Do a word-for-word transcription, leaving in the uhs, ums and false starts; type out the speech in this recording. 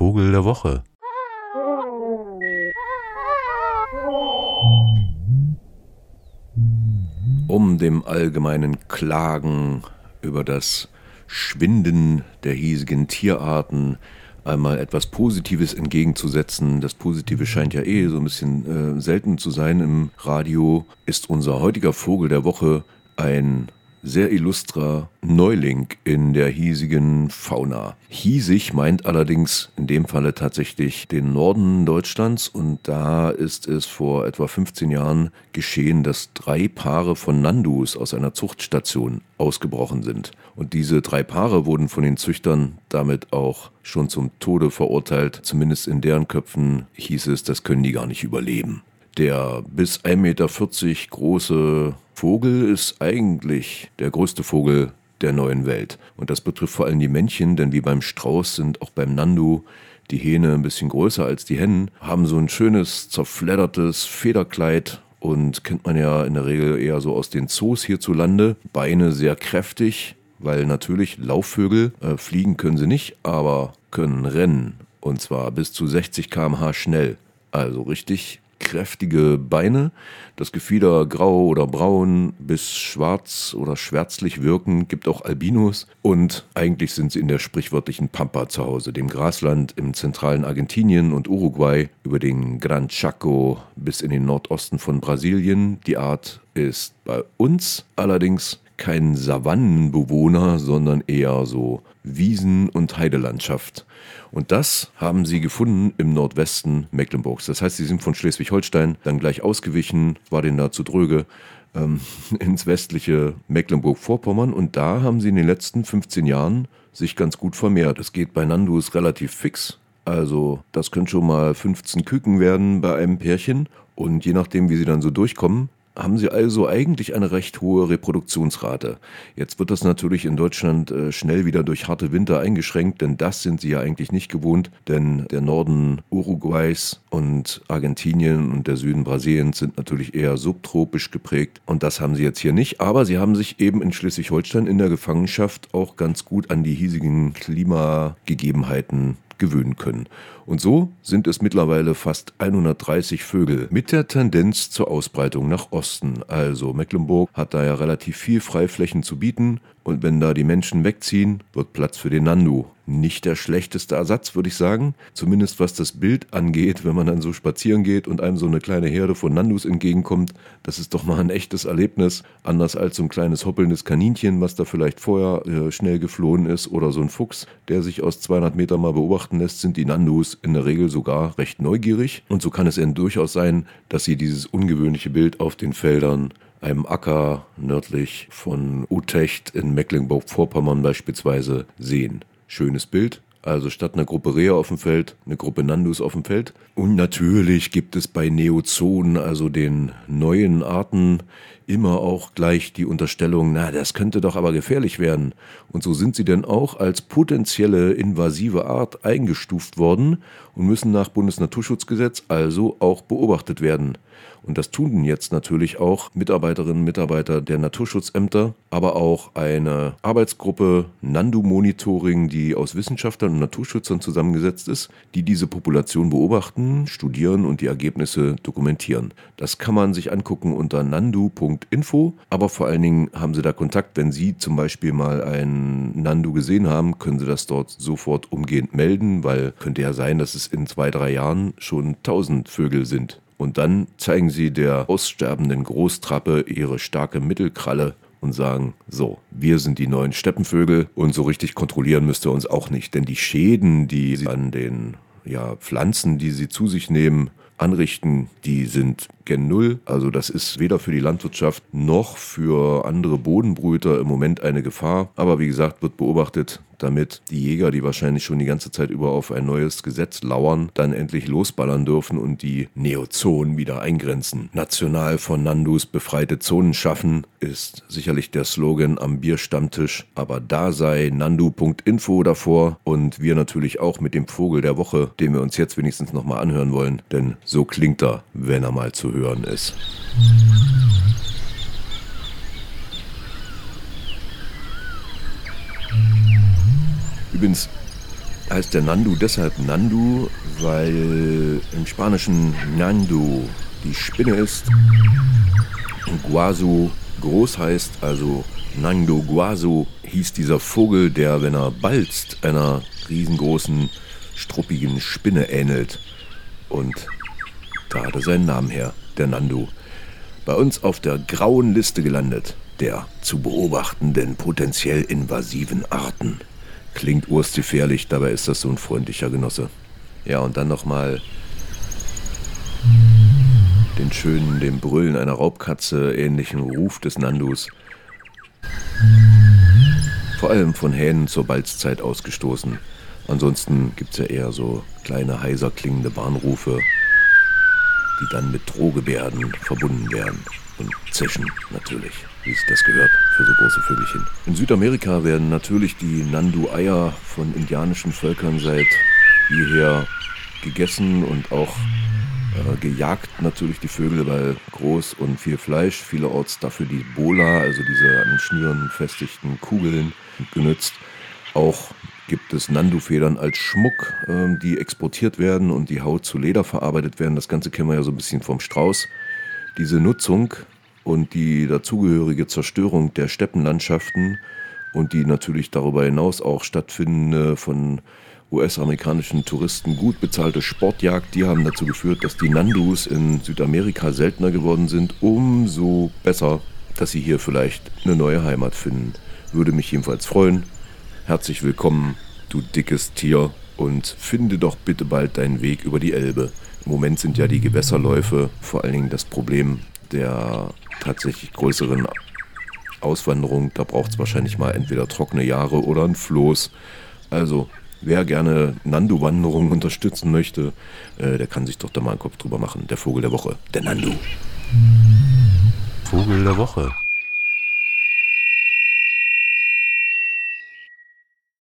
Vogel der Woche. Um dem allgemeinen Klagen über das Schwinden der hiesigen Tierarten einmal etwas Positives entgegenzusetzen, das Positive scheint ja eh so ein bisschen äh, selten zu sein im Radio, ist unser heutiger Vogel der Woche ein sehr illustrer Neuling in der hiesigen Fauna. Hiesig meint allerdings in dem Falle tatsächlich den Norden Deutschlands, und da ist es vor etwa fünfzehn Jahren geschehen, dass drei Paare von Nandus aus einer Zuchtstation ausgebrochen sind. Und diese drei Paare wurden von den Züchtern damit auch schon zum Tode verurteilt. Zumindest in deren Köpfen hieß es, das können die gar nicht überleben. Der bis ein Meter vierzig große Vogel ist eigentlich der größte Vogel der neuen Welt. Und das betrifft vor allem die Männchen, denn wie beim Strauß sind auch beim Nandu die Hähne ein bisschen größer als die Hennen, haben so ein schönes, zerfleddertes Federkleid und kennt man ja in der Regel eher so aus den Zoos hierzulande. Beine sehr kräftig, weil natürlich Laufvögel, äh, fliegen können sie nicht, aber können rennen. Und zwar bis zu sechzig Kilometer pro Stunde schnell. Also richtig kräftige Beine, das Gefieder grau oder braun bis schwarz oder schwärzlich wirken, gibt auch Albinos, und eigentlich sind sie in der sprichwörtlichen Pampa zu Hause, dem Grasland im zentralen Argentinien und Uruguay, über den Gran Chaco bis in den Nordosten von Brasilien. Die Art ist bei uns allerdings kein Savannenbewohner, sondern eher so Wiesen- und Heidelandschaft. Und das haben sie gefunden im Nordwesten Mecklenburgs. Das heißt, sie sind von Schleswig-Holstein dann gleich ausgewichen, war denen da zu dröge, ähm, ins westliche Mecklenburg-Vorpommern. Und da haben sie in den letzten fünfzehn Jahren sich ganz gut vermehrt. Es geht bei Nandus relativ fix. Also das können schon mal fünfzehn Küken werden bei einem Pärchen. Und je nachdem, wie sie dann so durchkommen, haben sie also eigentlich eine recht hohe Reproduktionsrate. Jetzt wird das natürlich in Deutschland äh, schnell wieder durch harte Winter eingeschränkt, denn das sind sie ja eigentlich nicht gewohnt, denn der Norden Uruguays und Argentinien und der Süden Brasiliens sind natürlich eher subtropisch geprägt, und das haben sie jetzt hier nicht, aber sie haben sich eben in Schleswig-Holstein in der Gefangenschaft auch ganz gut an die hiesigen Klimagegebenheiten gewöhnen können. Und so sind es mittlerweile fast hundertdreißig Vögel mit der Tendenz zur Ausbreitung nach Osten. Also Mecklenburg hat da ja relativ viel Freiflächen zu bieten, und wenn da die Menschen wegziehen, wird Platz für den Nandu. Nicht der schlechteste Ersatz, würde ich sagen, zumindest was das Bild angeht, wenn man dann so spazieren geht und einem so eine kleine Herde von Nandus entgegenkommt. Das ist doch mal ein echtes Erlebnis, anders als so ein kleines hoppelndes Kaninchen, was da vielleicht vorher äh, schnell geflohen ist, oder so ein Fuchs, der sich aus zweihundert Metern mal beobachten lässt, sind die Nandus in der Regel sogar recht neugierig. Und so kann es eben durchaus sein, dass sie dieses ungewöhnliche Bild auf den Feldern, einem Acker nördlich von Utrecht in Mecklenburg-Vorpommern beispielsweise, sehen. Schönes Bild. Also statt einer Gruppe Rehe auf dem Feld, eine Gruppe Nandus auf dem Feld. Und natürlich gibt es bei Neozoen, also den neuen Arten, immer auch gleich die Unterstellung, na, das könnte doch aber gefährlich werden. Und so sind sie denn auch als potenzielle invasive Art eingestuft worden und müssen nach Bundesnaturschutzgesetz also auch beobachtet werden. Und das tun jetzt natürlich auch Mitarbeiterinnen und Mitarbeiter der Naturschutzämter, aber auch eine Arbeitsgruppe Nandu-Monitoring, die aus Wissenschaftlern und Naturschützern zusammengesetzt ist, die diese Population beobachten, studieren und die Ergebnisse dokumentieren. Das kann man sich angucken unter nandu punkt info, aber vor allen Dingen haben Sie da Kontakt, wenn Sie zum Beispiel mal einen Nandu gesehen haben, können Sie das dort sofort umgehend melden, weil könnte ja sein, dass es in zwei, drei Jahren schon tausend Vögel sind. Und dann zeigen sie der aussterbenden Großtrappe ihre starke Mittelkralle und sagen, so, wir sind die neuen Steppenvögel, und so richtig kontrollieren müsst ihr uns auch nicht. Denn die Schäden, die sie an den ja, Pflanzen, die sie zu sich nehmen, anrichten, die sind gen Null. Also das ist weder für die Landwirtschaft noch für andere Bodenbrüter im Moment eine Gefahr. Aber wie gesagt, wird beobachtet, damit die Jäger, die wahrscheinlich schon die ganze Zeit über auf ein neues Gesetz lauern, dann endlich losballern dürfen und die Neozonen wieder eingrenzen. National von Nandus befreite Zonen schaffen, ist sicherlich der Slogan am Bierstammtisch. Aber da sei nandu punkt info davor, und wir natürlich auch mit dem Vogel der Woche, den wir uns jetzt wenigstens nochmal anhören wollen, denn so klingt er, wenn er mal zu hören ist. Übrigens, heißt der Nandu deshalb Nandu, weil im Spanischen Nando die Spinne ist und Guasu groß heißt, also Nando Guasu hieß dieser Vogel, der, wenn er balzt, einer riesengroßen, struppigen Spinne ähnelt. Und da hat er seinen Namen her, der Nandu. Bei uns auf der grauen Liste gelandet, der zu beobachtenden potenziell invasiven Arten. Klingt urstgefährlich, dabei ist das so ein freundlicher Genosse. Ja, und dann nochmal den schönen, dem Brüllen einer Raubkatze ähnlichen Ruf des Nandus. Vor allem von Hähnen zur Balzzeit ausgestoßen. Ansonsten gibt es ja eher so kleine, heiser klingende Bahnrufe, die dann mit Drohgebärden verbunden werden. Und Zischen natürlich, wie es das gehört für so große Vögelchen. In Südamerika werden natürlich die Nandu-Eier von indianischen Völkern seit jeher gegessen und auch äh, gejagt natürlich die Vögel, weil groß und viel Fleisch, vielerorts dafür die Bola, also diese an Schnüren befestigten Kugeln, genützt. Auch gibt es Nandu-Federn als Schmuck, äh, die exportiert werden und die Haut zu Leder verarbeitet werden. Das Ganze kennen wir ja so ein bisschen vom Strauß. Diese Nutzung und die dazugehörige Zerstörung der Steppenlandschaften und die natürlich darüber hinaus auch stattfindende von U S-amerikanischen Touristen gut bezahlte Sportjagd, die haben dazu geführt, dass die Nandus in Südamerika seltener geworden sind. Umso besser, dass sie hier vielleicht eine neue Heimat finden. Würde mich jedenfalls freuen. Herzlich willkommen, du dickes Tier, und finde doch bitte bald deinen Weg über die Elbe. Im Moment sind ja die Gewässerläufe vor allen Dingen das Problem der tatsächlich größeren Auswanderung. Da braucht es wahrscheinlich mal entweder trockene Jahre oder ein Floß. Also, wer gerne Nandu-Wanderungen unterstützen möchte, äh, der kann sich doch da mal einen Kopf drüber machen. Der Vogel der Woche, der Nandu. Vogel der Woche.